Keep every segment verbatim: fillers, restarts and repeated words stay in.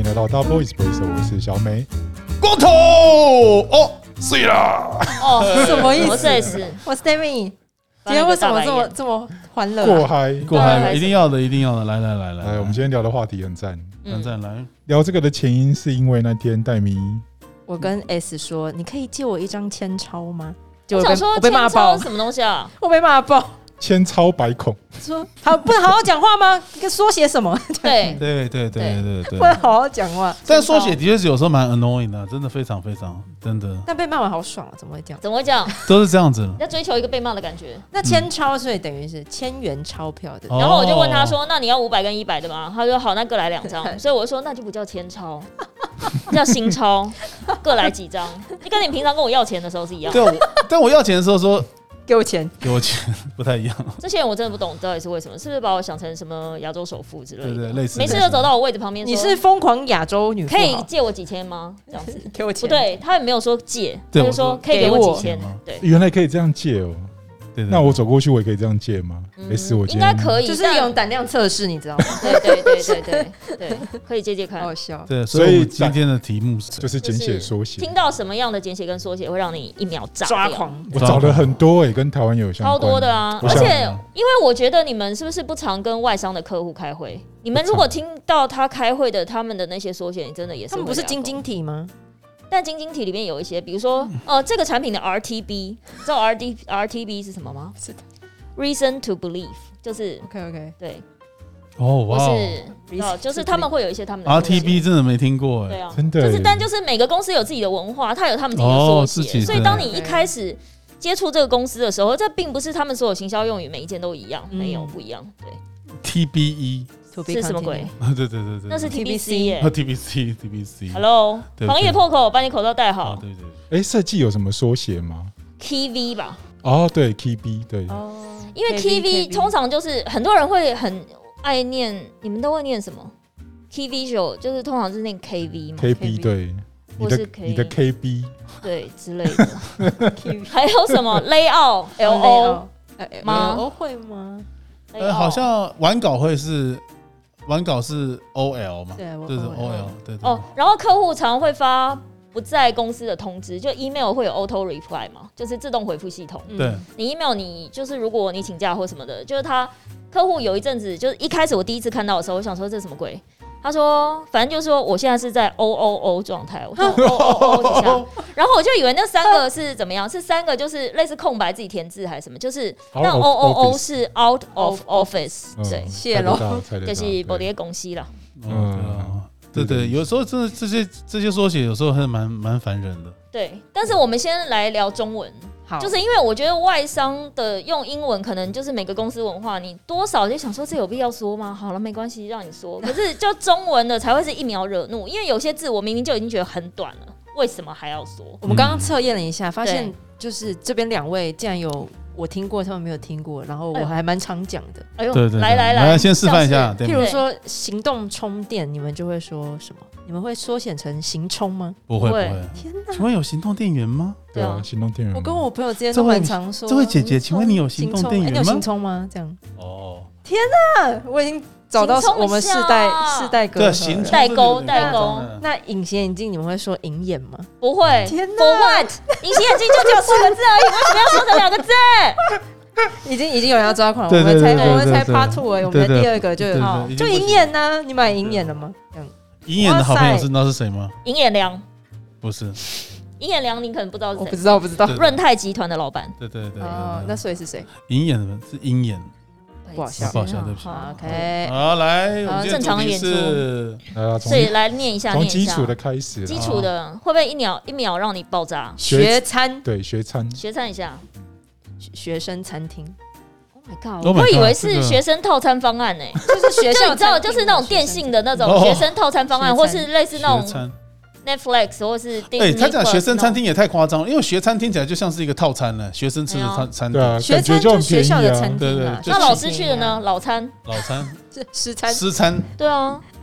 迎来到 Double Espresso， 我是小美。 光头哦，碎啦！ 哦， 什么意思？ 我是 S， 我是 Demi。今天为什么这么这么欢乐、啊？ 过嗨， 过嗨，一定要的，一定要的！来来来来， 来，我们今天聊的话题很赞， 很赞。来聊这个的前因是因为那天戴咪， 我跟 S 说，你可以借我一张千钞吗？ 我想说我被骂爆， 什么东西啊？ 我被骂爆。 千钞百孔， 说好不能好好讲话吗？跟缩写什么？ 对对对对对对对， 不能好好讲话。 但缩写的确是有时候蛮 annoying 的，真的非常非常真的。 但被骂完好爽啊！怎么会这样？ 怎么会这样？ 都是这样子。 要追求一个被骂的感觉。 那千钞所以等于是千元钞票的。 哦然后我就问他说：“那你要五百跟一百的吗？”他说：“好，那各来两张。”所以我就说：“那就不叫千钞，叫新钞，各来几张。你跟你平常跟我要钱的时候是一样的。” 对，但我要钱的时候说。 给我钱， 给我钱，不太一样。 这些人我真的不懂到底是为什么，是不是把我想成什么亚洲首富之类的？ 对对，类似。 每次就走到我位置旁边， 你是疯狂亚洲女富豪， 可以借我几千吗？这样子， 给我钱。 不对，他也没有说借，他就说可以给我几千。对， 原来可以这样借哦。 对对， 那我走过去，我也可以这样借吗？没事，我应该可以， 就是一种胆量测试，你知道吗？ 对对对对对对，可以借借看。 好笑。 对，所以今天的题目就是简写缩写。 听到什么样的简写跟缩写会让你一秒炸抓狂？ 我找了很多哎，跟台湾有相关， 超多的啊！而且因为我觉得你们是不是不常跟外商的客户开会？你们如果听到他开会的他们的那些缩写，你真的也是他们不是晶晶体吗？ 但晶晶体里面有一些，比如说呃这个产品的 R T B， 知道 R D R T B 是什么吗？ 是的。 Reason to believe 就是 OK OK 对哦哇， 是就是他们会有一些他们的 R T B 真的没听过哎， 对啊， 真的就是但就是每个公司有自己的文化，它有他们自己的缩写，所以当你一开始接触这个公司的时候，这并不是他们所有行销用语每一件都一样，没有不一样。对 ，T B E 是什么鬼？ 对对对对， 那是 T B C 耶 ，T B C T B C。 Hello， 防疫破口，把你口罩戴好。 对对。 哎，设计有什么缩写吗 ？K V 吧。 哦，对 ，K B 对。 哦。 因为 K V 通常就是很多人会很爱念，你们都会念什么 ？K V 秀就是通常是念 K V 嘛 ？K B 对，你的你的 K B 对之类的。还有什么 layout L O 吗？ L O 会吗？ 呃，好像完稿会是完稿是 O L 嘛？ 对， 就是 O L 对。 哦，然后客户常会发不在公司的通知，就 email 会有 auto reply 嘛，就是自动回复系统。 对， 你 email 你就是如果你请假或什么的，就是他客户有一阵子，就是一开始我第一次看到的时候，我想说这是什么鬼？他说反正就是说我现在是在 O O O 状态，我说 O O O 一下，然后我就以为那三个是怎么样？是三个就是类似空白自己填字还是什么？就是那 O O O 是 out of office， 对， 谢喽， 就是不列公司啦。 嗯。对对，有时候真的这些这些缩写有时候还蛮蛮烦人的。 对，但是我们先来聊中文，就是因为我觉得外商的用英文可能就是每个公司文化，你多少就想说这有必要说吗？好了，没关系，让你说。可是就中文的才会是一秒惹怒，因为有些字我明明就已经觉得很短了，为什么还要说？ 我们刚刚测验了一下，发现就是这边两位竟然有。我听过，他们没有听过，然后我还蛮常讲的。 哎呦， 对对， 来来来， 来先示范一下。 譬如说行动充电，你们就会说什么？你们会缩写成行充吗？ 不会不会。 天哪！ 请问有行动电源吗？ 对啊，行动电源。 我跟我朋友之间都蛮常说。 这位姐姐，请问你有行动电源吗？ 你有行充吗？这样。 哦。 天哪！我已经找到我们世代世代隔阂， 代沟代沟。 那隐形眼镜你们会说银眼吗？ 不会。 天哪 ！For what？ 隐形眼镜就只有四个字而已，为什么要说成两个字？ 已经已经有人要抓狂了，我们才我们才 part two 而已，我们的第二个就就银眼呢？你买银眼了吗？ 银眼的好朋友是知道是谁吗？ 银眼良不是， 银眼良你可能不知道是谁， 我不知道不知道。 润泰集团的老板。 对对对。 哦，那所以是谁？ 银眼的是鹰眼， 不好笑， 不好笑，对不起。 OK， 好，来，我们正常演出，所以来念一下， 从基础的开始， 基础的会不会一秒一秒让你爆炸？ 学餐， 对，学餐， 学餐一下。 学生餐厅 ，Oh my god！ 我会以为是学生套餐方案呢， 就是学校， 你知道，就是那种电信的那种学生套餐方案，或是类似那种 Netflix 或是哎，他讲学生餐厅也太夸张，因为学餐听起来就像是一个套餐了，学生吃的餐餐厅， 学餐就学校的餐厅对对。 那老师去的呢？老餐、 老餐、 师餐、 师餐， 对啊，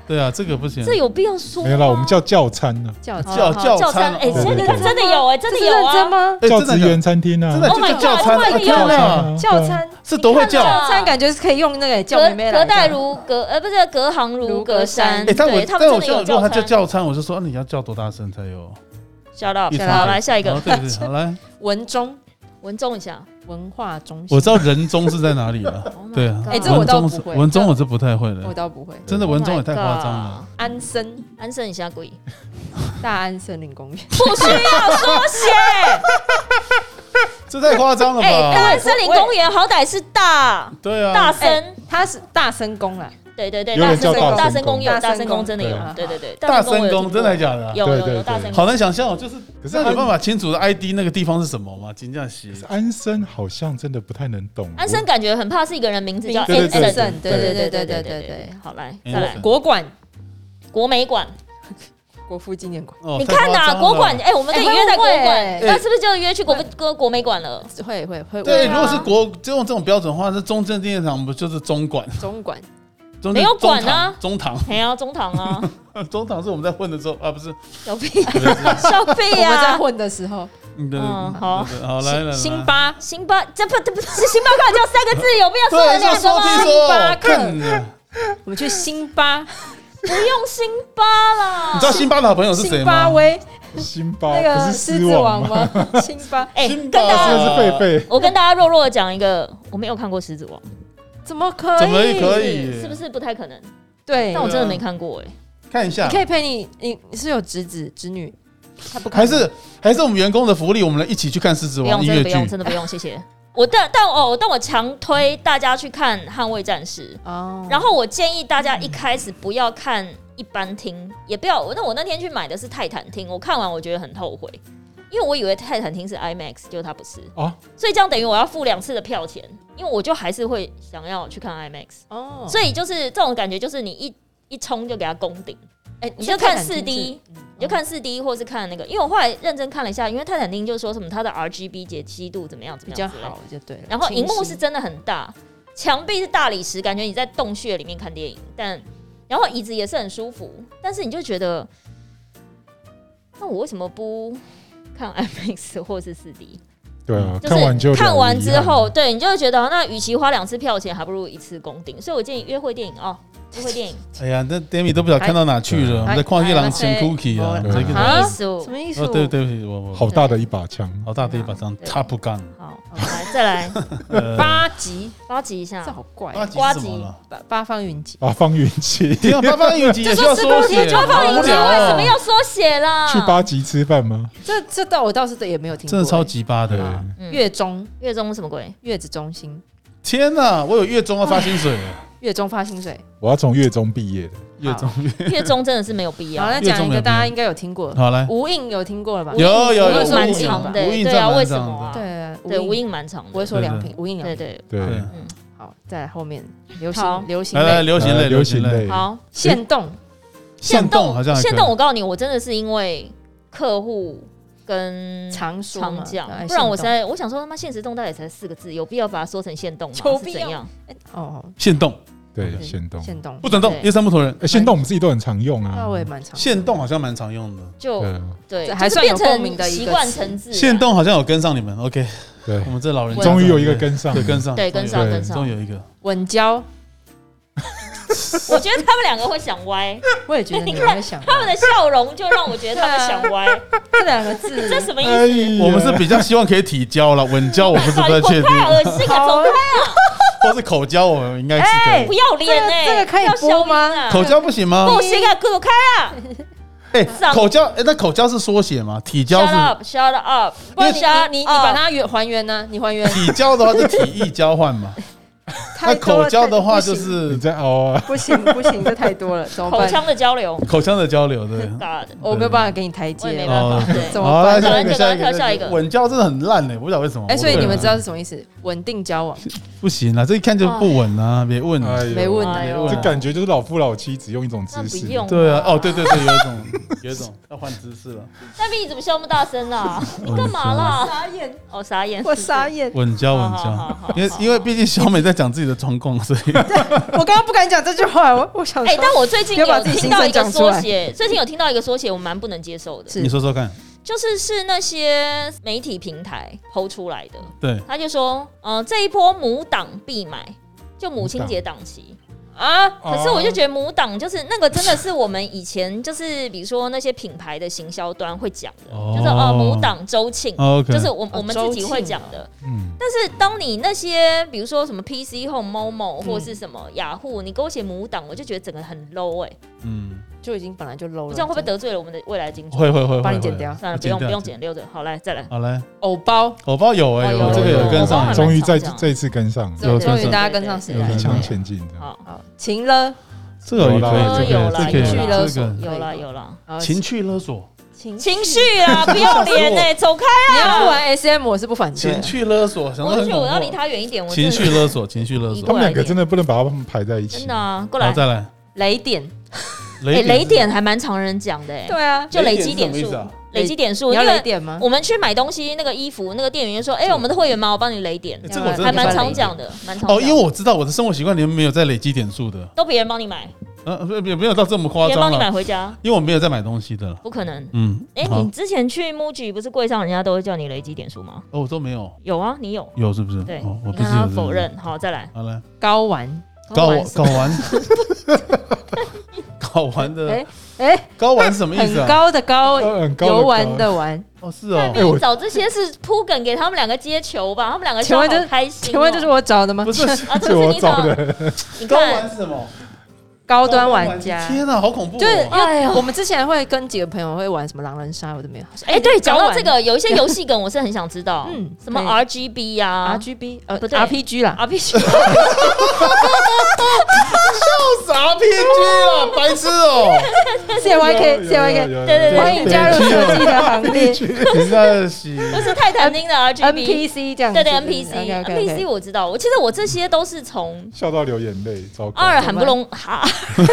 对啊，这个不行， 这有必要说吗？ 没有啦，我们叫教餐呢， 教教教餐， 哎，真的真的有哎，真的有啊， 真吗？ 教职员餐厅啊， 真的就叫教餐， 有啊， 教餐是多会叫， 教餐感觉是可以用那个叫妹妹来。 隔代如隔，呃，不是隔行如隔山。 哎，但我他们真的有如果他叫教餐，我就说你要叫多大声才有 ？Shut up， 好，来下一个， 对对，好来， 文中。 文中一下， 文化中心， 我知道人中是在哪里了。对啊， 哎，这我倒不会， 文中我是不太会的， 我倒不会， 真的文中也太夸张了。 安森， 安森一下鬼， 大安森林公园， 不需要缩写， 这太夸张了吧？ 哎，大安森林公园好歹是大， 对啊， 大森， 它是大森宫啦。 对对对，大森宫，大森宫有，大森宫真的有，对对对， 大森宫真的假的？ 有有有大森宫， 好难想象哦，就是可是有办法清楚的 I D 那个地方是什么吗？金匠写安森好像真的不太能懂， 安森感觉很怕是一个人名字叫安森，对对对对对对对，好来再来， 国馆、 国美馆、 国父纪念馆， 你看呐，国馆，哎，我们可以约在国馆，那是不是就约去国国国美馆了？ 会会会， 对，如果是国就用这种标准的话，是中正纪念堂不就是中馆？ 中馆。 没有馆啊， 中堂， 没啊，中堂啊， 中堂是我们在混的时候啊，不是小屁，小屁啊，我们在混的时候， 嗯，好，好来了， 星巴， 星巴，这不这不是星巴克就三个字，有必要说两个吗？ 星巴克，我们去星巴， 不用星巴啦。 你知道星巴的好朋友是谁吗？ 星巴威， 星巴那个狮子王吗？星巴， 哎，跟大家是狒狒， 我跟大家弱弱的讲一个，我没有看过狮子王。 怎么可以？ 怎么可以？ 是不是不太可能？ 对， 但我真的没看过哎。 看一下， 你可以陪你，你你是有侄子侄女，他不还是还是我们员工的福利，我们一起去看《狮子王》音乐剧。 不用，真的不用，谢谢。我但但哦，但我强推大家去看《捍卫战士》哦。然后我建议大家一开始不要看一般厅，也不要。那我那天去买的是泰坦厅，我看完我觉得很后悔。因为我以为泰坦厅是 IMAX， 结果它不是哦，所以这样等于我要付两次的票钱，因为我就还是会想要去看 IMAX 哦，所以就是这种感觉，就是你一一冲就给它攻顶，哎、欸，你就看四 D， 你就看四 D 或是看那个，因为我后来认真看了一下，因为泰坦厅就说什么它的 R G B 解析度怎么样怎么样比较好就对了， 然后荧幕是真的很大，墙壁是大理石，感觉你在洞穴里面看电影，但然后椅子也是很舒服，但是你就觉得，那我为什么不？看 IMAX 或是四 D， 对啊， 就是看完就看完之后，对你就会觉得，那与其花两次票钱，还不如一次攻顶。所以我建议约会电影哦，约会电影。 哎呀，那 Demi 都不知道看到哪去了，我们在旷野狼前 Cookie 啊， 什么意思？ 什么意思？ 对对不起，我我好大的一把枪， 好大的一把枪 ，Top Gun。 好，来再来八级， 八级一下， 这好怪。 八级八八方云集， 八方云集， 天啊，八方云集也需要缩写， 八方云集为什么要缩写啦？ 去八级吃饭吗？ 这这倒我倒是也没有听过， 真的超级八的。 月中， 月中什么鬼？ 月子中心。 天哪，我有月中要发薪水， 月中发薪水， 我要从月中毕业的。 月中月中真的是没有必要。 好，那讲一个大家应该有听过， 好来， 无印有听过了吧？ 有有有， 蛮长的，对啊，为什么？ 对对，无印蛮长的， 不会说良品，无印良品， 对对对， 嗯，好，再来后面流行流行来来流行类流行类， 好， 限动， 限动好像限动，我告诉你，我真的是因为客户跟常常讲，不然我实在我想说他妈限时动态也才四个字，有必要把它说成限动吗？是怎样？ 哦， 限动。 对，限动， 限动， 不准动，夜深不同人。 限动我们自己都很常用啊， 那我也蛮常。 限动好像蛮常用的， 就对， 还算有共鸣的习惯成字。 限动好像有跟上你们 ，OK， 对， 我们这老人终于有一个跟上， 对，跟上， 对，跟上，跟上， 终于有一个稳交。 我觉得他们两个会想歪， 我也觉得你们会想， 他们的笑容就让我觉得他们想歪。 这两个字， 这什么意思？ 我们是比较希望可以体交了，稳交我不是不太确定。 太恶心了，走开啊！ 或是口交，我们应该是可以。 不要脸哎， 这个可以播吗？ 口交不行吗？ 不行啊，走开啊！ 哎，口交，哎，那口交是缩写吗？体交是 shut up，shut up， 不是你你你把它原还原呢？你还原体交的话是体液交换嘛？那口交的话就是你在凹啊， 不行不行，这太多了，怎么办？ 口腔的交流， 口腔的交流，对， 我没有办法给你台阶， 没办法，对， 怎么办？ 下一个， 下一个，下一个， 稳交真的很烂哎，不知道为什么。 哎，所以你们知道是什么意思？稳定交往不行啊，这一看就不稳啊，别问， 没问， 这感觉就是老夫老妻只用一种姿势， 对啊，哦，对对对，有一种，有一种要换姿势了。 但你怎么笑那么大声啊？你干嘛啦？ 傻眼， 哦，傻眼， 我傻眼。 稳交，稳交，因为因为毕竟小美在讲自己的的中共，所以我刚刚不敢讲这句话，我我想说， 哎，但我最近有听到一个缩写， 写，最近有听到一个缩写，我蛮不能接受的。 你说说看。 就是是那些媒体平台 po 出来的， 对， 他就说，呃，这一波母档必买，就母亲节档期。啊！可是我就觉得母档就是那个真的是我们以前就是比如说那些品牌的行销端会讲的，哦、就是呃母档周庆，哦 okay、就是我我们自己会讲的。嗯。但是当你那些比如说什么 P C Home、Momo 或是什么雅虎、嗯，你给我写母档，我就觉得整个很 low 哎、欸。嗯。 就已经本来就 low 了， 这样会不会得罪了我们的未来金主？ 会会会， 帮你剪掉。 算了，不用不用剪，留着。好，来再来。 好来， 偶包， 偶包有哎、欸、有，这个有跟上， 终于在这一次跟上， 有终于大家跟上时代， 一枪前进。 好好，情了， 这个也可以， 有啦， 情绪勒索，有啦有啦， 情绪勒索。 情绪啊，不要脸哎，走开啊！ 你要玩 S M， 我是不反对。 情绪勒索，我就觉得我要离他远一点。 情绪勒索，情绪勒索， 他们两个真的不能把他们排在一起。 真的啊，过来， 再来， 雷点。 哎，雷点还蛮常人讲的哎。 对啊， 就累积点数，累积点数。 你要雷点吗？ 我们去买东西，那个衣服，那个店员就说：“哎，我们的会员吗？我帮你雷点。” 这个还蛮常讲的，蛮常。 哦，因为我知道我的生活习惯里面没有在累积点数的， 都别人帮你买。 呃，也没有到这么夸张，别人帮你买回家， 因为我没有在买东西的， 不可能。 嗯， 哎，你之前去 Muji 不是柜上人家都会叫你累积点数吗？ 哦，我都没有。 有啊，你有。 有是不是？ 对， 我看他否认。好，再来。 好来， 高玩， 高高玩，高玩的。 哎哎， 高玩是什么意思啊？ 很高的高，游玩的玩。 哦，是哦。 你找这些是铺梗给他们两个接球吧？他们两个笑好开心。 请问这是我找的吗？ 不是， 啊，这是你找的。 高玩是什么？ 高端玩家， 天哪，好恐怖！ 就是因为我们之前会跟几个朋友会玩什么狼人杀，我都没有。 哎，对，讲到这个，有一些游戏梗我是很想知道，嗯，什么 R G B 呀 ，R G B 呃不对 ，R P G 啦 ，R P G， 笑死 R P G 了，白痴哦 ！C Y K C Y K， 对对对， 欢迎加入设计的行列。 真的是， 不是泰坦丁的 R G B，N P C 这样， 对对 N P C，N P C 我知道，我其实我这些都是从笑到流眼泪，糟糕， 阿尔罕布隆哈。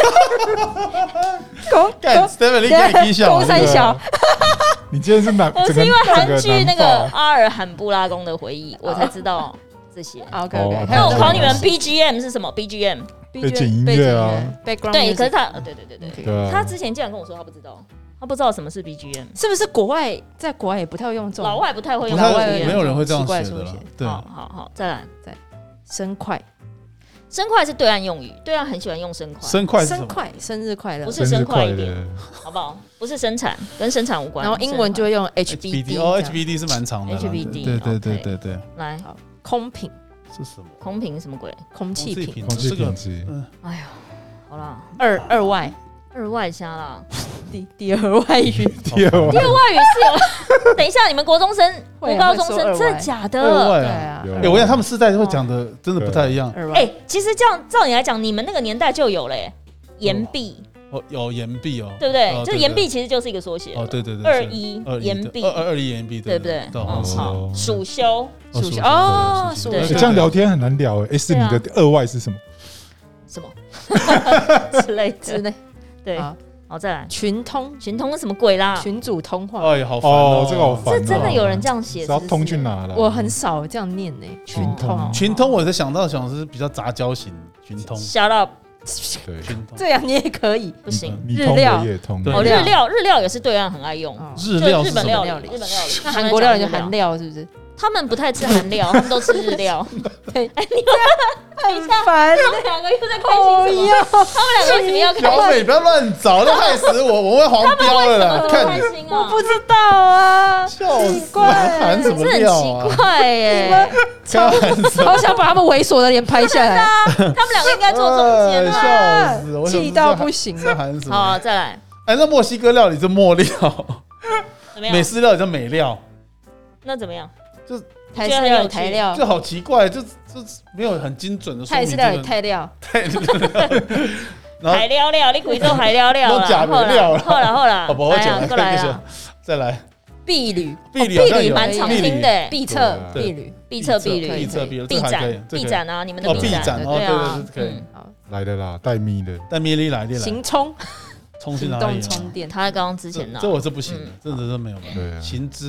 公干 ，Steven， 你可以低笑， 公三小。 你今天是哪？ 我是因为韩剧那个阿尔罕布拉宫的回忆，我才知道这些。 OK OK。 那我考你们 B G M 是什么 ？B G M 背景音乐啊。 对，可是他，对对对对对，他之前竟然跟我说他不知道，他不知道什么是 B G M， 是不是国外在国外也不太会用这种？ 老外不太会用， 老外没有人会这样写的。对， 好好好，再来再生快。 生快是对岸用语，对岸很喜欢用生快。 生快， 生快，生日快乐， 不是生快一点，好不好？不是生产，跟生产无关。 然后英文就会用 H B D， 哦 ，H B D 是蛮长的 ，H B D， 对对对对对。 来， 空瓶是什么？ 空瓶什么鬼？ 空气瓶， 空气品质。 哎呀，好啦， 二二外。 二外虾啦， 第第二外语， 第二外语是有。等一下，你们国中生、国高中生，真的假的？ 对啊，哎，我想他们世代会讲的真的不太一样。 哎，其实这样照你来讲，你们那个年代就有了延毕。 哦，有延毕哦， 对不对？就是延毕其实就是一个缩写。 哦，对对对， 二一延毕， 二二一延毕， 对不对？好，暑修， 暑修哦，暑修。 这样聊天很难聊哎。是你的二外是什么？ 什么之类之类。对，好，再来群通， 群通是什么鬼啦？ 群组通话， 哎，好烦哦， 这个好烦。 这真的有人这样写？ 是要通去哪了？ 我很少这样念呢。 群通， 群通，我在想到想是比较杂交型群通。 Shut up， 对， 群通这样你也可以， 不行。 日料也通， 哦，日料，日料也是对岸很爱用。 日料， 日本料理，日本料理。 那韩国料理就韩料是不是？ 他们不太吃韩料，他们都吃日料。对，哎，你很烦， 他们两个又在开心什么？他们两个为什么要开心？ 小美不要乱找，都害死我，我会黄标了啦！看你， 我不知道啊， 奇怪，喊什么料啊？ 很奇怪耶， 好想把他们猥琐的脸拍下来。 他们两个应该坐中间啊，笑死我， 气到不行了。 好，再来。 哎，那墨西哥料理是墨料， 怎么样？ 美式料理叫美料， 那怎么样？ 就台式料理台料， 就好奇怪，就就没有很精准的说明。 泰式料理泰料， 泰海料料，你贵州海料料了，假的料了， 好了好了， 好不好？ 过来了， 再来。 避旅， 避旅， 避旅蛮常听的， 必测避旅， 必测避旅， 必测避旅， 必展，必展啊，你们的必展， 对啊， 可以。 来的啦，带咪的， 带咪力来的， 行充， 充去哪里？ 充电， 他刚刚之前呢， 这我是不行的，这真的没有办法。行之。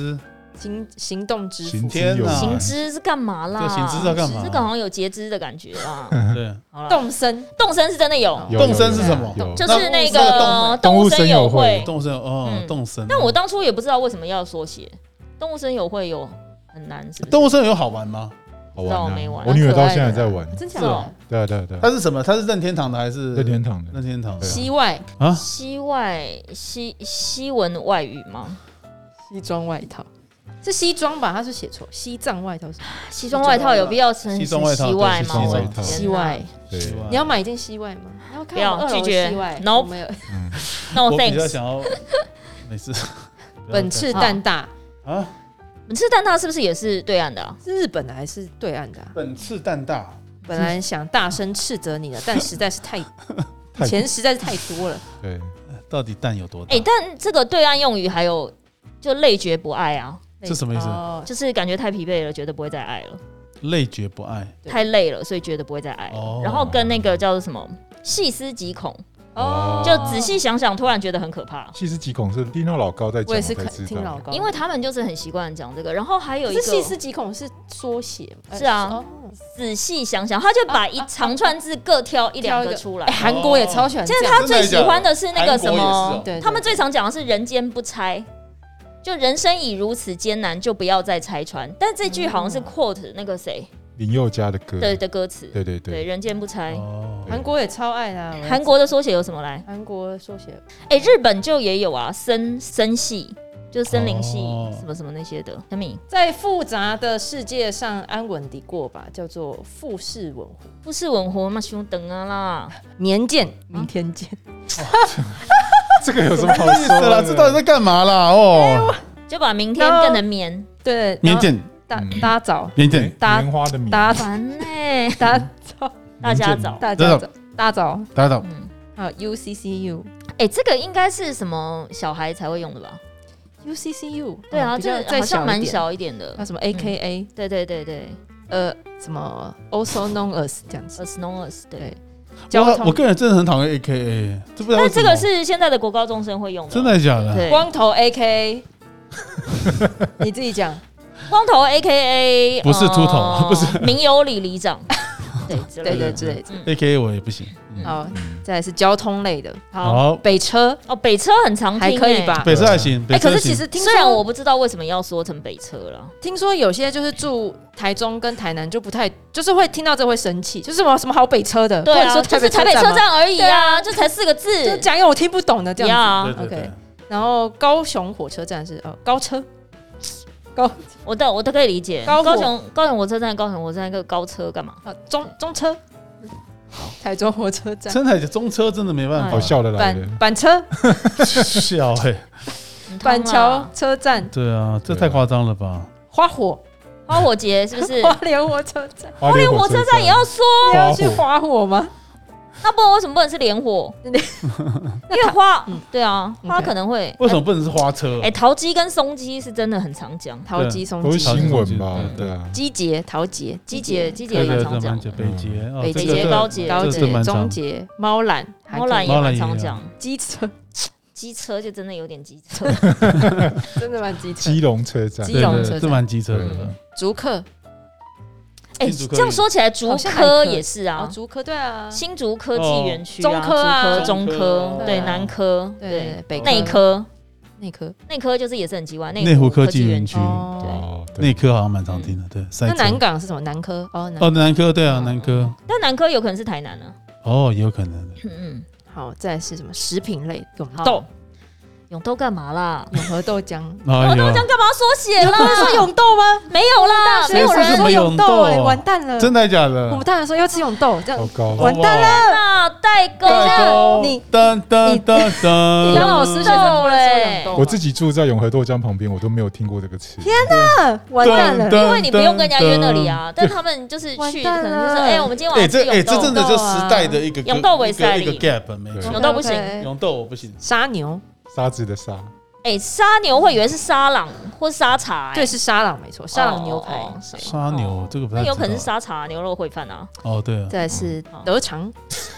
行行动支付， 行之有天哪行之是干嘛啦？ 对行之是要干嘛这个好像有截肢的感觉啦。 对， 好啦动身动身是真的有， 有动身是什么？ 有就是那那个个动物森友会。 动身哦， 嗯动身。 但我当初也不知道为什么要缩写，动物森友会有很难，是不是？ 动物森有好玩吗？ 好玩啊我没玩我女儿到现在在玩。 真假是哦的？ 对啊对啊对啊， 它是什么？它是任天堂的还是任天堂的任天堂的对啊西外啊？ 西外西西文外语吗？ 西装外套是西装吧？他是写错，西藏外套是西装外套有必要称西装外套西外吗？ 对西装外套我的天哪西外。 对， 你要买一件西外吗？你要看不要我们二楼拒绝西外 Nope 我们有嗯， ，No 我比较 thanks。 想要，没事。 本次蛋大啊， 本次蛋挞是不是也是对岸的啊？ 是日本的还是对岸的啊？ 本次蛋大， 本来想大声斥责你的，但实在是太太钱实在是太多了。 对， 到底蛋有多大？ 哎，但这个对岸用语还有就累觉不爱啊， 这什么意思哦就是感觉太疲惫了，觉得不会再爱了， 累觉不爱对太累了，所以觉得不会再爱哦了。然后跟那个叫做什么细思极恐， 哦， 就仔细想想，突然觉得很可怕。 细思极恐是听到老高在讲， 我也是看才知道。 听老高， 因为他们就是很习惯讲这个，然后还有一个可是细思极恐是缩写， 是啊哦仔细想想，他就把一长串字各挑一两个出来哎，。韩国也超喜欢这就是样， 他最喜欢的是那个什韩国也是么哦， 对， 他们最常讲的是人间不拆，就人生已如此艰难，就不要再拆穿。但这句好像是 quote 那个谁林宥嘉的歌， 的的歌词，对， 对对对， 人间不拆。 哦， 韩国也超爱啦。我韩国的缩写有什么来？ 韩国缩写哎，日本就也有啊，森森系，就是森林系哦什么什么那些的。小米在复杂的世界上安稳地过吧，叫做富士文湖。 富士文活嘛，凶等啊啦。 年见，明天见。 这个有什么好意思说啦？ 的？ 这到底在干嘛啦？哦， 就把明天更能眠， 对， 明见， 大嗯大家早， 明见， 大棉花的棉， 大家烦呢、 大家早， 大家早， 大家早，大家早。 大家好， 嗯， 还有 U C C U。 哎、这个应该是什么小孩才会用的吧？ U C C U， 对啊， 哦比较就是好像蛮再小一点， 小一点的还有。什么 A K A， 对对对对呃，什么 Also known as 这样子。 ，as known as 对。 对，交我通我个人真的很讨厌 A K A，这不知道为什么但这个是现在的国高中生会用的， 真的假的？ 对。 光头 A K A，你自己讲。 光头 A K A 不是秃头不是民有里里长，对之类的。 对对之类的。 A K A 我也不行。嗯好，再来是交通类的， 好好， 北车哦，北车很常听、 还可以吧？ 北车还行，北哎，可车行。 是其实听虽然我说不知道为什么要说成北车了， 听说有些就是住台中跟台南就不太，就是会听到这会生气，就是什么什么好北车的， 对啊， 或者说就是台北车吗， 站而已对啊啊，就才四个字， 就讲一个我听不懂的这样呀对对 OK 对， 然后高雄火车站是哦高车，高我都我都可以理解。 高火高雄高雄火车站，高雄火车站一个高车干嘛？ 啊中中车，台中火车站真的中车真的没办哎法好，笑的来的板，板车笑哎， 板桥车站对啊，这太夸张了吧？ 花火花火节是不是？ 花莲火车站， 花连火车站也要说， 你要去花火吗？ 那不然为什么不能是连火？因为花，对啊，花 OK 可能会。 为什么不能是花车哎，？桃机跟松机是真的很常讲。 桃机松都是机新闻吧对？ 对啊， 机捷桃捷机捷机捷对对对， 也蛮常讲蛮。捷北捷，哦北这个这捷高捷高捷这这蛮常中捷猫缆猫缆也猫缆也有蛮常讲。 机车， 机车就真的有点机车。 真的蛮机车基隆车站， 对基隆车站对这蛮机车的。 竹客哎， 新竹科这样说起来，竹好像还科可以哦也是啊， 竹科对啊， 新竹科技园区中科啊竹中中科科对对啊南科对对北科内科内科内科就是也是很奇怪， 内湖科技园区园对哦，对内科好像蛮常听的，对。 那塞车南港是什么？南科哦，南哦，南科对啊，南科但南科有可能是台南啊。 哦，也有可能。 嗯嗯， 好，再来是什么？食品类永好豆、 永豆干嘛啦？ 永和豆浆。 哎呦永豆浆，干嘛缩写不是说啦？ 永豆吗？ 没有啦， 谁说没有人什么永说永豆，哎， 豆完蛋了！ 真的假我的们？当然说要吃永豆，这样好高， 完蛋了。 啊代沟。 代沟你噔噔噔噔， 杨老师学生不会说永豆吗， 我自己住在永和豆浆旁边，我都没有听过这个词。 啊完蛋了。 噔因为你不用跟人家约那里啊，但他们就是完去， 蛋了可能就是哎，我们今天晚哎， 上吃这哎， 永豆这真的就时代的一个永豆为塞一个里 gap，没错。 永豆不行 OK，OK 永豆我不行， 沙牛， 沙子的沙， 哎，沙牛会以为是沙朗或沙茶，哎对，是沙朗没错，沙朗牛排。 哦哦对沙牛这个不太知道那有可能是沙茶牛肉烩饭啊。 哦，对啊， 再来是好德肠，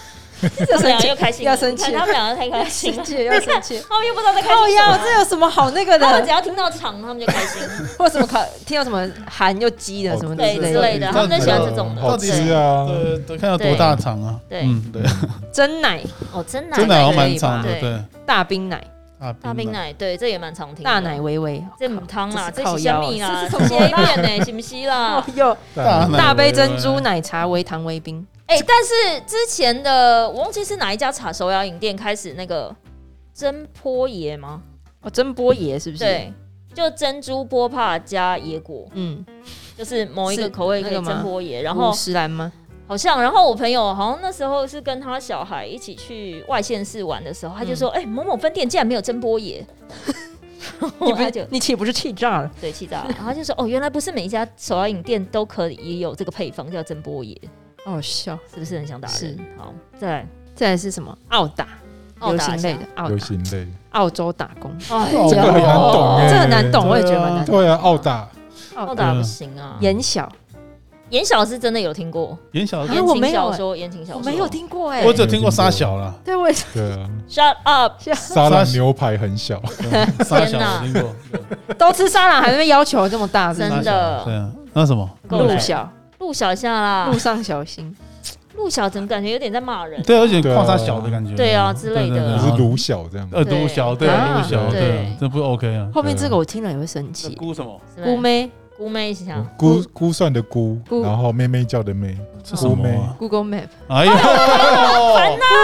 他们两个又开心了， 要生气了， 他们两个太开心了， 要生气， 他们又不知道在开心靠腰， 什么。 这有什么好那个的？ 他们只要听到长，他们就开心， 或什么考听到什么韩又鸡的什么对之类的，他们就喜欢这种的。 好吃啊！ 对对，看到多大肠啊？ 对， 嗯对。 真奶哦，真奶， 真奶好像蛮长的，对。 大冰奶。 大冰奶，对，这也蛮常听的。 大奶维维， 这母汤啦，这是是虾米啦， 这是些面呢，是不是啦？ 有大杯珍珠奶茶，微糖微冰。 哎，但是之前的我忘记是哪一家茶手摇饮店开始那个珍波爷吗？ 哦，珍波爷是不是？ 对，就珍珠波帕加椰果，嗯，就是某一个口味可以珍波爷，然后五十兰吗？ 好像，然后我朋友好像那时候是跟他小孩一起去外县市玩的时候，他就说：“哎、嗯欸，某某分店竟然没有珍波爷。” 你不你岂不是气炸了？ 对，气炸了。然后他就说：“哦，原来不是每一家手摇饮店都可以有这个配方叫珍波爷。” 好笑， 是不是很想打人？好，再来， 再来是什么？澳打，流行类的澳打， 流行类， 澳洲打工。 哦， 这个很难懂哎， 这个难懂，我也觉得蛮难懂。 对啊，澳打， 澳打不行啊。 言小。 言小是真的有听过， 言小言情小说，言情小说我没有听过哎， 我只有听过沙小啦。 对，我也对啊 ，Shut up， 沙朗牛排很小， 沙小我听过， 都吃沙朗还会要求这么大， 真的。 对啊，那什么路小， 路小一下啦， 路上小心， 路小怎么感觉有点在骂人？ 对，而且矿沙小的感觉， 对啊之类的， 是卢小这样， 呃，卢小，对，卢小，对，这不 OK 啊。 后面这个我听了也会生气， 估什么？ 估妹。 估妹一下， 估估算的估，然后妹妹叫的妹， 估妹 ，Google Map。 哎呀， 好烦呐！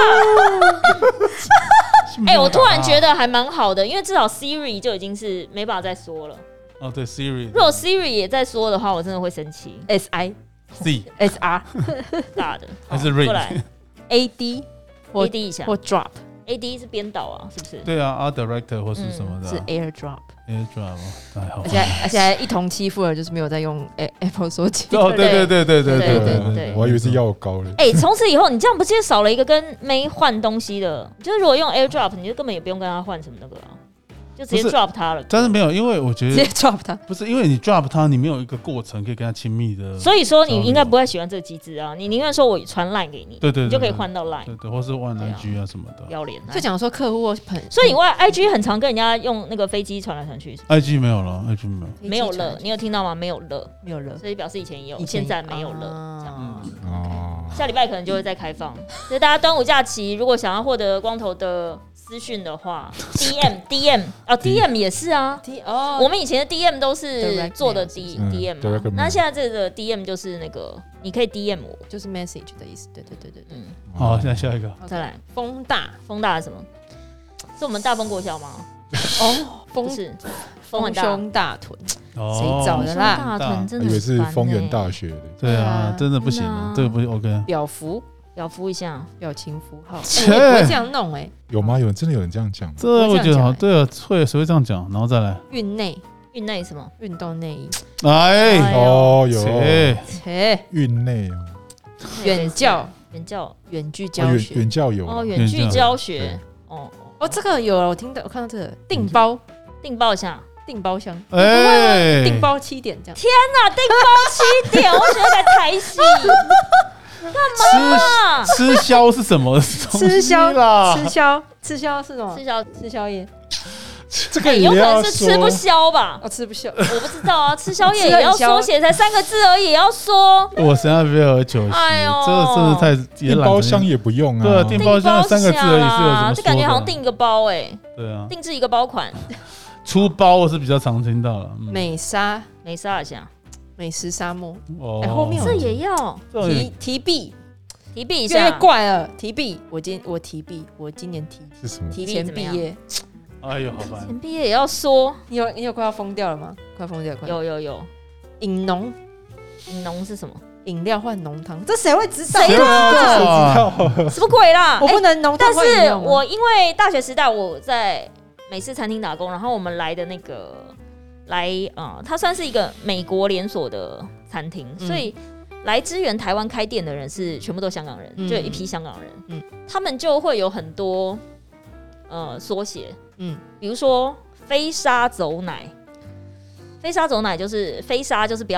哎，我突然觉得还蛮好的，因为至少 Siri 就已经是没办法再说了。 哦，对 Siri， 如果 Siri 也在说的话，我真的会生气。 S I C S R 大的还是 Ring？ 过来 A D A D 一下或 Drop。 A D 是编导啊，是不是？ 对啊 ，Art Director 或是什么的， 是 AirDrop。AirDrop， 太好， 而且而且还一同欺负了，就是没有在用 Apple 手机。 哦，对对对对对对对对， 我还以为是药膏嘞。 哎，从此以后你这样不就少了一个跟妹换东西的？就是如果用 AirDrop，你就根本也不用跟他换什么那个啊。就直接 drop 他了， 但是没有，因为我觉得直接 drop 他， 不是因为你 drop 他，你没有一个过程可以跟他亲密的， 所以说你应该不会喜欢这个机制啊，你宁愿说我传 line 给你， 对对， 你就可以换到 line， 对对，或是换 I G 啊什么的， 不要脸。 就讲说客户朋， 所以外 I G 很常跟人家用那个飞机传来传去 ，I G 没有了 ，I G 没有， 没有了，你有听到吗？没有了， 没有了， 所以表示以前也有，现在没有了，这样。 哦， 下礼拜可能就会再开放，所以大家端午假期如果想要获得光头的私讯的话 ，D M D M 哦 D M 也是啊，我们以前的 D M 都是做的 D D M，那现在这个 D M 就是那个你可以 D M 我， 就是 message 的意思，对对对对对。 嗯，好，现在下一个， 再来风大风大是什么？是我们大丰国小吗？ 哦，风是丰胸大臀， 谁找的啦？ 大臀真的以为是丰原大学的， 对啊，真的不行，这个不 OK。 表符。 表符一下， 表情符号，我也不会这样弄哎。 有吗？有人真的有人这样讲？ 这我觉得好，对啊，会谁会这样讲？然后再来运内， 运内什么？ 运动内衣。 哎， 哦，有， 切， 运内哦， 远教， 远教， 远距教学， 远教有哦，远距教学，哦哦，这个有了，我听到，我看到这个订包， 订包一下。 订包厢， 哎， 订包七点这样。 天哪，订包七点，我觉得在台戏。干嘛？ 吃宵是什么？ 吃宵啦，吃宵，吃宵是什么？ 吃宵， 吃宵夜。 这个有可能是吃不消吧？ 哦，吃不消， 我不知道啊。吃宵夜也要缩写，才三个字而已，也要说。 我身上没有酒席， 哎呦， 这个真的太订包厢也不用啊。 对啊，订包厢三个字而已，是有什么？ 这感觉好像订一个包哎。 对啊， 定制一个包款。 出包我是比较常听到了。 美沙， 美沙一下。 美食沙漠， 哦， 后面这也要提提币， 提币一下， 怪了，提币，我今我提币，我今年提是什么？ 提前毕业， 哎呦，好烦， 前毕业也要说， 你有你有快要疯掉了吗？快疯掉，快有有有， 饮浓， 饮浓是什么？ 饮料换浓汤，这谁会知道？ 谁道？ 什么鬼啦？ 我不能浓汤换饮料吗？ 但是我因为大学时代我在美式餐厅打工，然后我们来的那个。来啊、呃，它算是一个美国连锁的餐厅，嗯、所以来支援台湾开店的人是全部都香港人，嗯、就有一批香港人，嗯，他们就会有很多呃缩写，嗯，比如说飞沙走奶，飞沙走奶就是飞沙就是不要糖，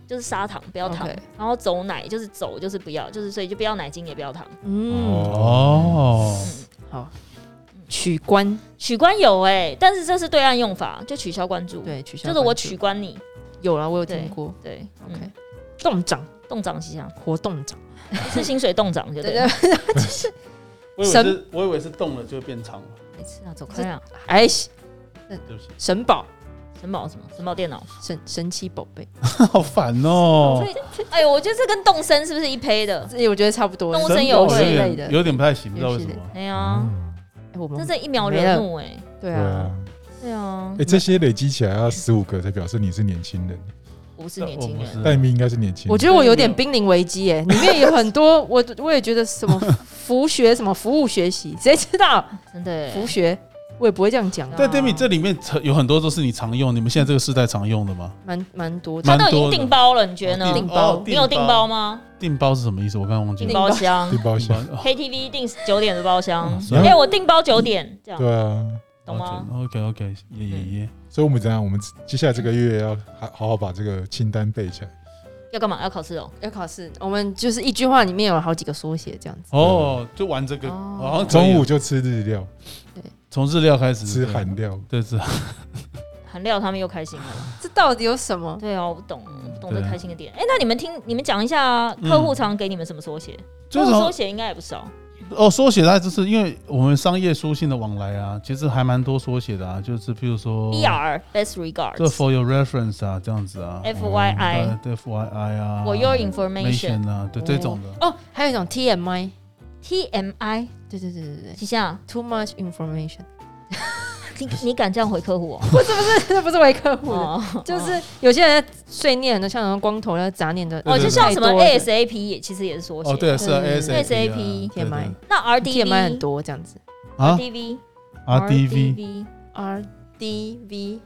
就是砂糖，不要糖。 Okay. 然后走奶就是走，就是不要，就是所以就不要奶精，也不要糖。 嗯， 哦， 嗯， 好。取关取关有哎、欸，但是这是对岸用法，就取消关注。 对，取消就是我取关你。 有啦，我有听过。 对 ，OK，、嗯、冻涨， 冻涨是像活动涨， 是薪水冻涨，就对。 对对，就是我以为是，我以为是动了就会变长了。 没事啊，走开啊！ 哎， 对不起， 神宝， 神宝什么？神宝电脑， 神神奇宝贝， 好烦哦、 喔！哎呦，我觉得这跟动森是不是一胚的？ 这我觉得差不多。 动森有这一类的， 有点不太行，不知道为什么。 哎呀。 嗯我们这是一秒惹怒哎， 对啊， 对啊， 哎，这些累积起来要十五个才表示你是年轻人， 不是年轻人， 戴咪应该是年轻人。 我觉得我有点濒临危机哎，里面有很多我我也觉得什么服学什么服务学习，谁知道？ 真的服学，我也不会这样讲。 对 ，Demi 这里面有很多都是你常用，你们现在这个世代常用的吗？ 蛮蛮多， 他都已经订包了，你觉得呢？ 订包， 你有订包吗？ 订包是什么意思？我刚刚忘记了。 订包厢， 订包厢 ，K T V 订九点的包厢。哎，我订包九点，这样。 对啊， 懂吗 ？OK OK， 耶耶耶。 所以我们怎样？我们接下来这个月要好好把这个清单背起来。 要干嘛？要考试哦？ 要考试。我们就是一句话里面有好几个缩写，这样子。 哦，就玩这个。哦， 中午就吃日料。 对， 从日料开始吃韩料。 对，是。 韩料他们又开心了， 这到底有什么？ 对啊，我不懂，不懂得开心的点。哎、欸，那你们听，你们讲一下，客户常给你们什么缩写？客户缩写应该也不少。 哦，缩写它就是因为我们商业书信的往来啊，其实还蛮多缩写的啊，就是譬如说 B R best regards， 这 for your reference 啊，这样子啊 ，F Y I， 对 F Y I 啊 ，for your information 啊，对这种的。 哦，还有一种 T M I，T M I， 对对对对对， 几下 ？Too much information。 你你敢这样回客户哦？ 不是不是，这不是回客户的， 哦、 就是有些人在碎念的，像光头要杂念的， 哦，就像什么 A S A P 也其实也是缩写。 哦，对，是 A S A P T M I， 那 R D V 很多这样子。 R D V R D V R D V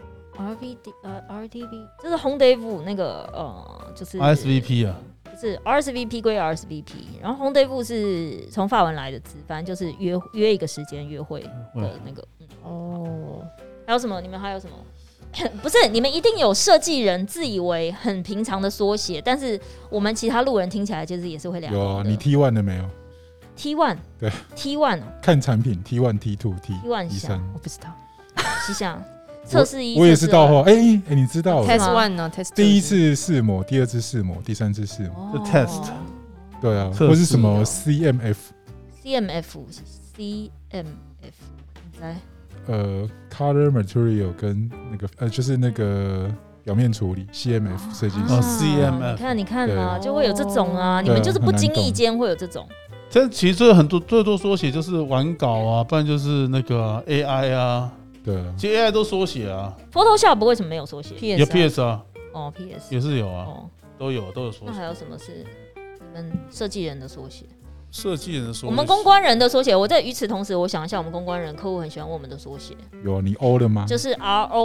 R V D 呃 R D V， 这是 Hondayvu 那个呃，就是 R S V P 啊。 是 R S V P 归 R S V P， 然后 Hondayvu 是从法文来的字，反正就是约约一个时间约会的那个。嗯、 哦， 还有什么？你们还有什么？不是，你们一定有设计人自以为很平常的缩写，但是我们其他路人听起来就是也是会两个。 有啊，你 T 一 了没有 ？T 一对 T 一看产品 T 一 T 二 T 一三， 我不知道。 西夏测试一， 我也是到后，哎哎，你知道 ？Test one 呢 ？Test 第一次试模，第二次试模，第三次试模。 是 test。 对啊，或是什么 C M F。C M F，C M F， 你猜？ 呃 ，color material 跟那个呃，就是那个表面处理 C M F 设计师。 哦 ，C M F。 你看，你看啊，就会有这种啊，你们就是不经意间会有这种。 这其实很多最多缩写就是完稿啊，不然就是那个 A I 啊。 对啊， 其实 A I 都缩写啊。 Photoshop 为什么没有缩写？ 有 P S 啊。 哦 ，P S 也是有啊。哦，都有都有缩写。 那还有什么是你们设计人的缩写？ 设计人的缩写， 我们公关人的缩写。我在与此同时，我想一下，我们公关人客户很喜欢我们的缩写。 有啊，你 O 了吗？ 就是 R O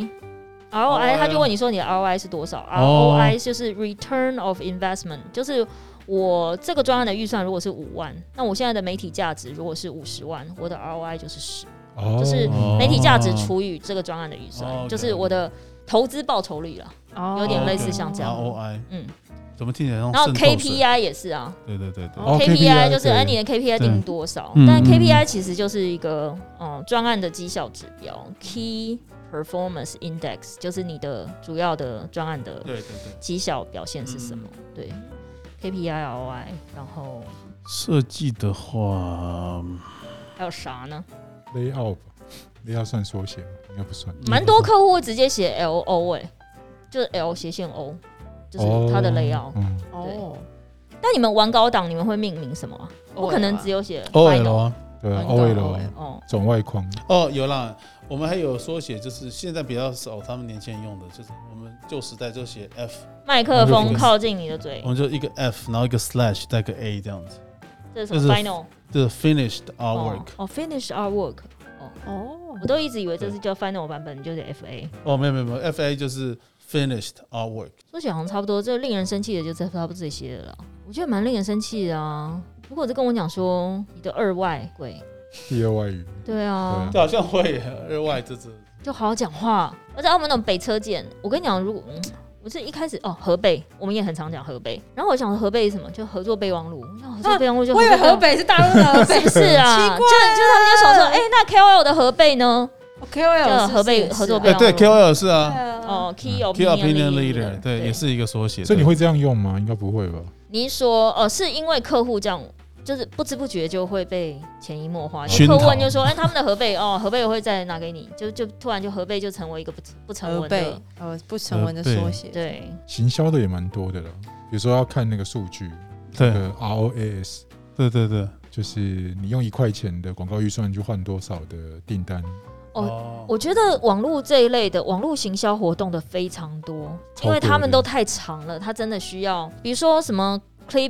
I，R O I， 他就问你说你的 R O I 是多少 ？R O I 就是 Return of Investment， 就是我这个专案的预算如果是五万，那我现在的媒体价值如果是五十万，我的 R O I 就是十。哦，就是媒体价值除以这个专案的预算，哦、就是我的投资报酬率了，哦、有点类似像这样。 R O I， 嗯， 怎么听起来像？ 然后 K P I 也是啊， 对对对对。 然后 K P I 就是哎，你的 K P I 定多少？但 K P I 其实就是一个嗯专案的绩效指标 ，Key Performance Index 就是你的主要的专案的绩效表现是什么？对 ，K P I R O I， 然后设计的话还有啥呢 ？Layout 吧 ，Layout 算缩写吗？应该不算。 蛮多客户会直接写 L O 哎、欸，就是 L 斜线 O， 就是它的 Layout。嗯，对。但你们玩高档，你们会命名什么、啊？不可能只有写 O L 啊， 对 ，O L 哦，总外框。 哦，有啦，我们还有缩写，就是现在比较少，他们年轻人用的，就是我们旧时代就写 F。 麦克风靠近你的嘴。 我们就一个 F， 然后一个 slash， 再一个 A 这样子。 这是什么 final？ 这是 finished artwork。 哦 ，finished artwork。哦哦，我都一直以为这是叫 final 版本，就是 F A。 哦，没有没有没有 ，F A 就是 finished artwork。 缩写好像差不多，这令人生气的就差不多这些了啦。我觉得蛮令人生气的啊！如果是跟我讲说你的二外贵， 第二外语， 对啊， 这好像会二外这这就好好讲话。而且他们那种北车见，我跟你讲，如果、嗯、 不是一开始哦，河北我们也很常讲河北，然后我想说河北是什么？就合作备忘录，合作备忘录就我以为河北是大陆的河北， 是啊，就就他们就想说，哎、欸，那 K O L 的河北呢 ？K O L 河北合作备忘录， 对 K O L 是啊， 哦 ，Key Opinion Leader， 对，也是一个缩写。 所以你会这样用吗？应该不会吧？ 你说，呃，是因为客户这样。就是不知不觉就会被潜移默化， 熏陶客户就说：“哎、欸，他们的河贝哦，河贝我会再拿给你。就”就突然就河贝就成为一个不不成文的呃不成文的缩写。 对， 行销的也蛮多的了，比如说要看那个数据， 对、 那个 R O A S， 对对对， 就是你用一块钱的广告预算去换多少的订单。 哦，我觉得网络这一类的网络行销活动的非常多，因为他们都太长了，它真的需要，比如说什么 click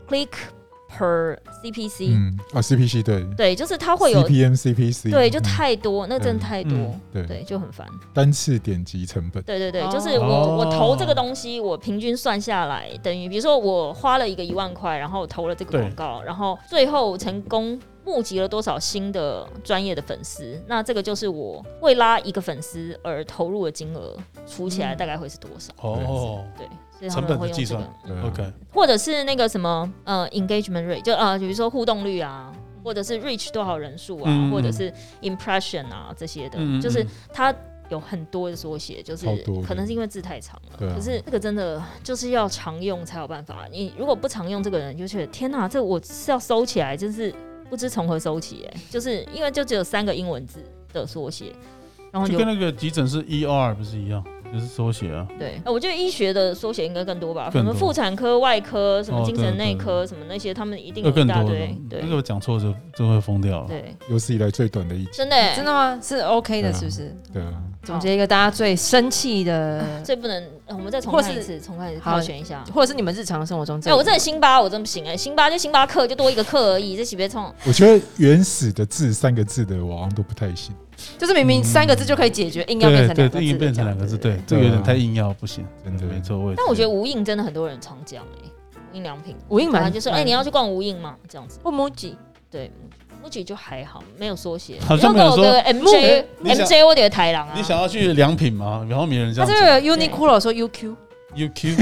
click。per C P C， 嗯啊 C P C 对对，就是它会有 C P M C P C， 对，就太多，嗯、那真的太多， 嗯、对对，就很烦。 单次点击成本， 对对对，就是我、哦、我投这个东西，我平均算下来等于，比如说我花了一个一万块，然后投了这个广告，然后最后成功募集了多少新的专业的粉丝，那这个就是我为拉一个粉丝而投入的金额，除起来大概会是多少？ 哦， 对。 成本的计算 ，OK， 或者是那个什么呃 engagement rate， 就呃比如说互动率啊，或者是 reach 多少人数啊，嗯、或者是 impression 啊这些的，嗯、就是它有很多的缩写，就是可能是因为字太长了，啊、可是这个真的就是要常用才有办法。你如果不常用，这个人就觉得天哪，这我是要收起来，真是不知从何收起哎，就是因为就只有三个英文字的缩写，然后就, 就跟那个急诊是 E R 不是一样？就是缩写啊， 对，我觉得医学的缩写应该更多吧，什么妇产科、外科、什么精神内科、哦、什么那些，他们一定有一大堆。对， 那个讲错就就会疯掉了。 对， 有史以来最短的一集， 真的耶真的吗？是 OK 的，是不是？ 对啊。 总结一个大家最生气的， 最不能，我们再重看一次，重看一次，挑选一下， 或者是你们日常生活中， 哎，我真的星巴我真不行哎，星巴就星巴克就多一个克而已，这岂别冲？ 我觉得原始的字三个字的我好像都不太行。 就是明明三个字就可以解决，硬要变成两个字， 硬变成两个字，对，这个有点太硬要，不行，真的没错。 但我觉得无印真的很多人常讲哎，无印良品， 无印蛮就说哎你要去逛无印嘛这样子， 或 Muji， 对 ，Muji 就还好，没有缩写， 好像没有说 M J M J 我得台郎啊， 你想要去良品吗？然后没人这样， 他这个 Uniqlo 说 U Q。U Q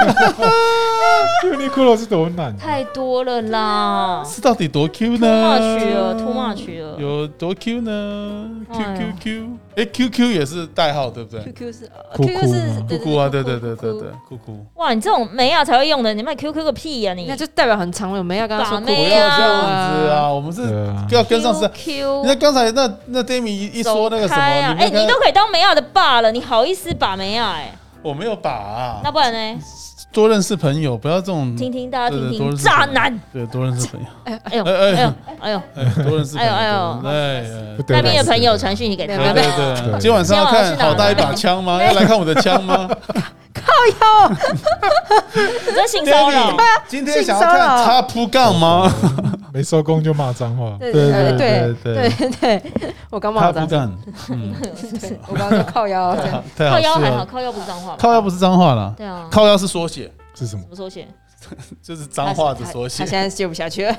Uniqlo 是多难？ 太多了啦！ 是到底多 Q 呢 ？Too much 了 ，Too much 了。 有多 Q 呢 ？Q Q Q， 哎 ，Q Q 也是代号对不对 ？Q Q 是 Q Q 是酷酷啊，对对对对对，酷酷。 哇，你这种梅亚才会用的，你卖 Q Q 个屁呀！你那就代表很长了，梅亚刚刚说不要这样子啊，我们是要跟上时代。 Q， 你看刚才那那 Demi 一说那个什么， 哎，你都可以当梅亚的爸了，你好意思把梅亚哎？ 我没有把啊， 那不然呢？ 多认识朋友，不要这种。 听听大家听听，渣男。 对，多认识朋友。 哎呦哎呦哎呦哎呦， 多认识朋友。哎呦哎呦，那边的朋友传讯息给他。 对对对，今晚上要看好大一把枪吗？要来看我的枪吗？ 靠腰， 你在性骚扰？ 今天想要看他铺杠吗？ 没收工就骂脏话。 对对对对对对，我刚骂脏话。 嗯， 我刚说靠腰， 靠腰还好，靠腰不是脏话。 靠腰不是脏话啦。 对啊， 靠腰是缩写。 是什么？ 什么缩写？ 就是脏话的缩写。 他现在接不下去了。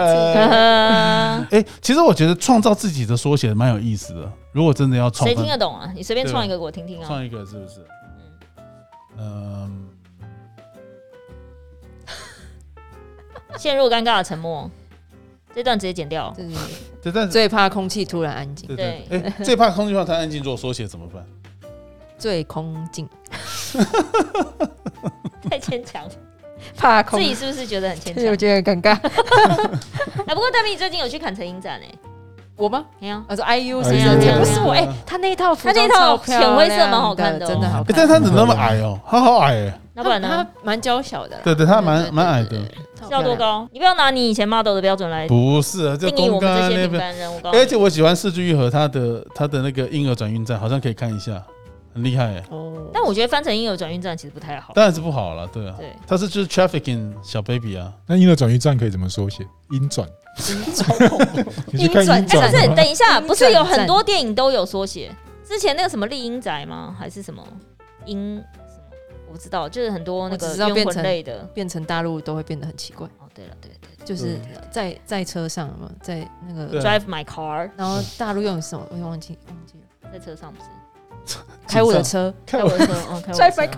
哎，其实我觉得创造自己的缩写蛮有意思的。如果真的要创， 谁听得懂啊？你随便创一个给我听听啊。 创一个是不是？嗯。 陷入尴尬的沉默。这段直接剪掉。 对对对，最怕空气突然安静。 对对， 哎，最怕空气突然安静，如果缩写怎么办？ 最空静。 太牵强。 怕空， 自己是不是觉得很牵强？ 我觉得很尴尬。 哎，不过戴咪最近有去坎城影展哎。 我吗？ 没有， 我说 I U 谁啊？不是我哎，他那一套服装， 他那套浅灰色蛮好看的， 真的好看。 但他怎么那么矮哦？他好矮哎。 那不然呢？ 他蛮娇小的。 对对，他蛮蛮矮的。 要多高？你不要拿你以前 model 的标准来不是啊， 定义我们这些平凡人。我而且我喜欢世纪愈合他的他的那个婴儿转运站，好像可以看一下，很厉害哎。 哦。但我觉得翻成婴儿转运站其实不太好。 当然是不好了，对啊。 对。 他是就是 trafficking 小 baby 啊。 那婴儿转运站可以怎么缩写？鹰转。 鹰转。 你去看鹰转。 不是，等一下，不是有很多电影都有缩写？之前那个什么丽婴宅吗？还是什么鹰？我不知道，就是很多那个冤魂类的， 变成大陆都会变得很奇怪。 哦，对了，对对， 就是在在车上嘛，在那个 drive my car， 然后大陆用什么？我忘记忘记了， 在车上不是？ 开我的车， 开我的车，哦，开我的车 ，Drive my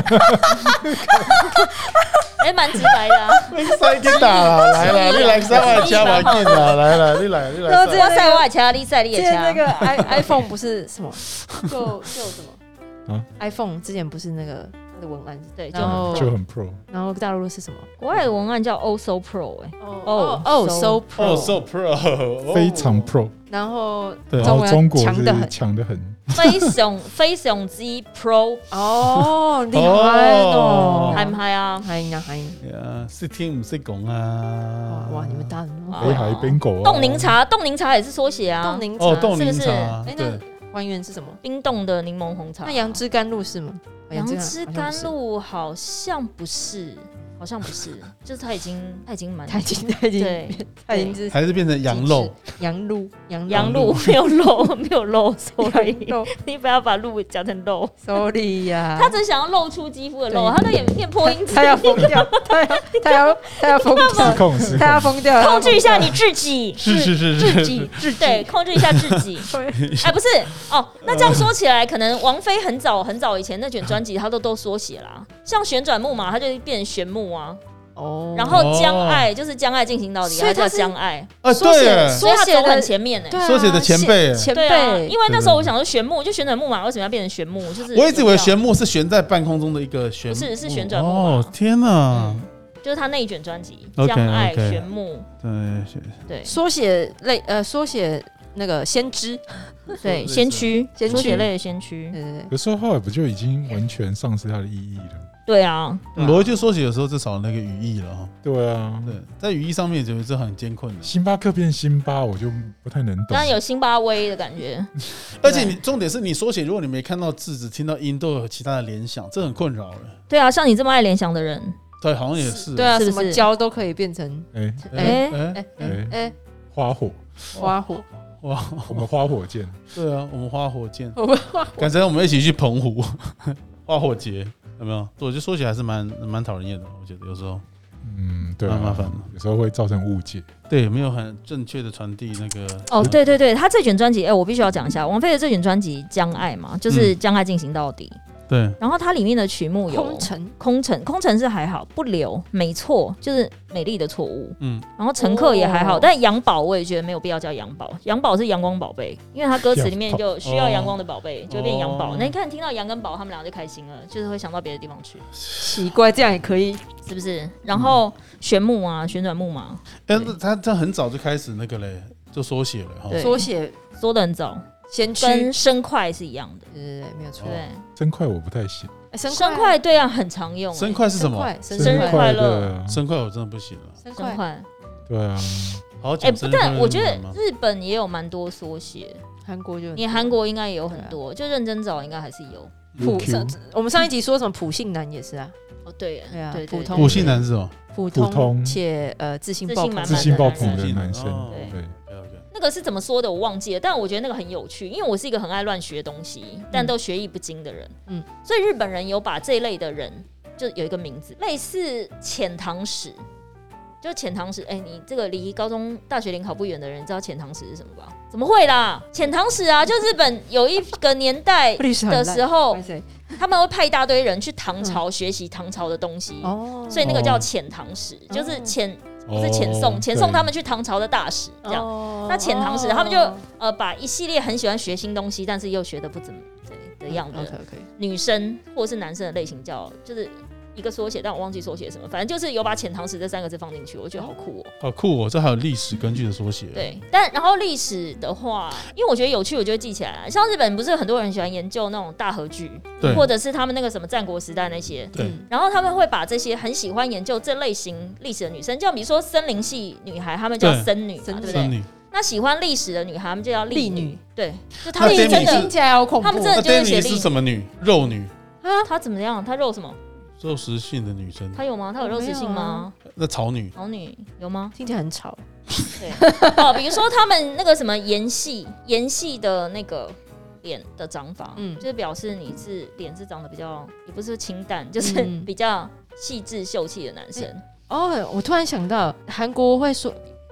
car， 哎，蛮直白的啊。 塞给打了，来了，你来塞外车嘛，紧啊，来了，你来，你来。 我塞我的车，你塞你的车。 之前那个 i iPhone 不是什么，就就什么啊 ？iPhone 之前不是那个它的文案， 对，就然后就很 Pro， 然后大陆是什么？ 国外的文案叫 Oh So Pro， 哎， 哦哦 So Oh Pro， so pro， 非常 Pro， 然后然后中国强的很， 强的很， 飞熊飞熊机 Pro， 哦，厉害哦， 嗨不嗨啊？ 嗨呀嗨呀，识聽唔識講啊！ 哇，你们答的那么北海冰狗啊， 冻柠茶，冻柠茶也是缩写啊， 冻柠茶哦，冻柠是不是茶， 哎， 对， 那还原是什么？ 冰冻的柠檬红茶。 那杨枝甘露是吗？ 杨枝甘露好像不是，好像不是，就是它已经它已经蛮， 它已经它已经对， 它已经是还是變成羊肉， 羊鹿羊羊鹿没有肉，没有肉，sorry， 肉你不要把鹿讲成肉 ，sorry 呀， 他只想要露出肌肤的肉，他都演变破音字， 他要疯掉，他要他要他要疯掉， 失控失控， 他要疯掉， 控制一下你自己， 是是是自己自对，控制一下自己。哎，不是哦，那这样说起来，可能王菲很早很早以前那卷专辑，她都都缩写啦，像旋转木马，它就变成旋木啊。 哦， 然后将爱就是将爱进行到底，它叫将爱啊，对， 所以它走很前面哎， 缩写的前辈， 前对啊， 辈， 因为那时候我想说旋木就旋转木马为什么要变成旋木？就是我一直以为旋木是悬在半空中的一个旋木， 不是是旋转木马。 哦，天哪！ 就是他那一卷专辑 《 将爱旋木》， 对对， 缩写类呃缩写那个先知， 对先驱， 先驱缩写类的先驱， 对对对， 有时候后来不就已经完全丧失它的意义了？ 对啊， 逻辑缩写有时候至少那个语义了哈。 对啊， 对，在语义上面觉得这很艰困的。 星巴克变辛巴，我就不太能懂。 当然有辛巴威的感觉， 而且你重点是你缩写，如果你没看到字，只听到音，都有其他的联想，这很困扰了。 对啊，像你这么爱联想的人， 对，好像也是。 对啊， 是不是什么胶都可以变成哎哎哎哎哎哎花火， 花火， 哇， 我们花火箭， 对啊，我们花火箭， 我们花火， 改成我们一起去澎湖花火节，有没有？我觉得说起来还是蛮蛮讨人厌的，我觉得有时候， 嗯，对啊， 蛮麻烦的， 有时候会造成误解。 对，没有很正确的传递那个。 哦，对对对，他这卷专辑，哎，我必须要讲一下王菲的这卷专辑《将爱》嘛，就是《将爱进行到底》。 对， 然后它里面的曲目有空城， 空城，空城是还好，不留，没错，就是美丽的错误。 嗯， 然后乘客也还好， 哦但杨宝我也觉得没有必要叫杨宝，杨宝是阳光宝贝，因为他歌词里面就需要阳光的宝贝，就变杨宝。 哦那你看听到杨跟宝他们俩就开心了，就是会想到别的地方去， 奇怪，这样也可以， 是不是？然后旋木啊，旋转木马， 哎，他他很早就开始那个嘞，就缩写了哈。 对缩写缩得很早， 先驱， 跟生快是一样的。 对对对，没有错， 对， 真快我不太行， 哎生生快对啊，很常用欸。 生快是什么？ 生生日快快乐对啊生快我真的不行了。 生快， 生快， 对啊， 哎， 好好讲不生日快乐但我觉得是吗日本也有蛮多缩写， 韩国就你韩国应该也有很多，就认真找应该还是有。 普 Q 上我们上一集说什么普信男也是啊， 哦，对对啊对普通普信男是什么？ 普普通且呃自信自爆棚， 信满满的自信爆棚男生的男生哦， 对， 那个是怎么说的我忘记了，但我觉得那个很有趣，因为我是一个很爱乱学东西，但都学艺不精的人。嗯嗯， 所以日本人有把这一类的人就有一个名字，类似遣唐使，就遣唐使。哎、欸，你这个离高中、大学联考不远的人，你知道遣唐使是什么吧？怎么会啦？遣唐使啊，就日本有一个年代的时候，他们会派一大堆人去唐朝学习唐朝的东西， 哦， 所以那个叫遣唐使，就是遣。不是遣宋，遣宋他们去唐朝的大使这样。 哦、 那遣唐使他们就呃把一系列很喜欢学新东西，但是又学得不怎么的样的女生或是男生的类型叫就是一个缩写，但我忘记缩写什么，反正就是有把遣唐使这三个字放进去，我觉得好酷哦、喔， 好酷哦、喔！这还有历史根据的缩写。 对，但然后历史的话，因为我觉得有趣，我就会记起来。像日本不是很多人喜欢研究那种大和剧，或者是他们那个什么战国时代那些， 对。 然后他们会把这些很喜欢研究这类型历史的女生，就比如说森林系女孩，她们叫森女嘛，对不对？那喜欢历史的女孩，她们就叫历女。对，就她们真的听起来好恐怖。 她们真的就是写历是什么女？肉女啊？她怎么样？她肉什么？ 肉食性的女生， 她有吗？她有肉食性吗？ 那草女， 草女有吗？ 听起来很吵。 对，哦，比如说他们那个什么盐系，盐系的那个脸的长法，嗯，就是表示你是脸是长得比较，也不是清淡，就是比较细致秀气的男生。 哦，我突然想到，韩国会说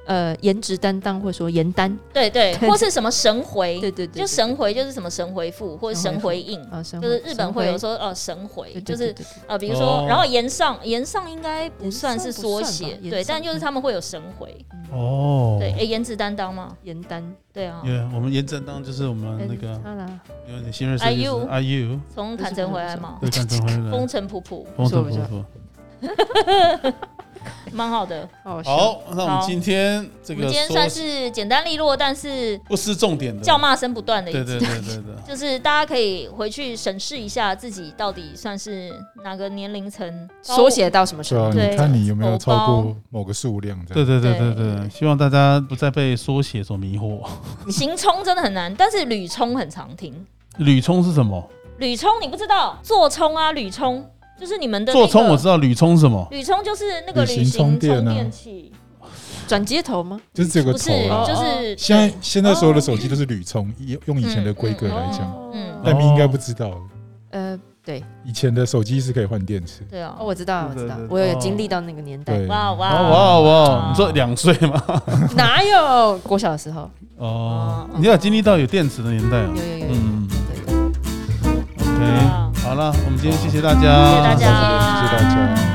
呃颜值担当，或者说颜丹， 对对，或是什么神回， 对对对， 就神回就是什么神回复或者神回应，就是日本会有说呃神回，就是呃比如说，然后岩上岩上应该不算是缩写，对，但就是他们会有神回哦，对，哎，颜值担当吗？ 颜丹， 对啊， 我们颜值担当就是我们那个有点新锐设计师 I U 从坎城回来嘛， 对，坎城回来， 风尘仆仆， 风尘仆仆。 蛮好的， 好，那我们今天这个， 我们今天算是简单利落，但是不失重点的， 叫骂声不断的一集， 对对对对对， 就是大家可以回去审视一下自己到底算是哪个年龄层， 缩写到什么时候？ 对，你看你有没有超过某个数量？ 对对对对对，希望大家不再被缩写所迷惑。 行冲真的很难，但是旅冲很常听。 旅冲是什么？ 旅冲你不知道？座冲啊，旅冲。就是你们的座充我知道，旅充是什么？ 旅充就是那个旅行充电器， 转接头吗？ 就是这个头啦， 就是现在现在所有的手机都是旅充，用以前的规格来讲，嗯，但你应该不知道， 呃，对， 以前的手机是可以换电池， 对啊， 我知道，我知道，我有经历到那个年代， 哇哇哇哇！你说两岁吗？ 哪有国小的时候？ 哦，你有经历到有电池的年代啊？ 有有有，嗯，对对 ，OK。好了，我们今天谢谢大家， 谢谢大家， 谢谢大家。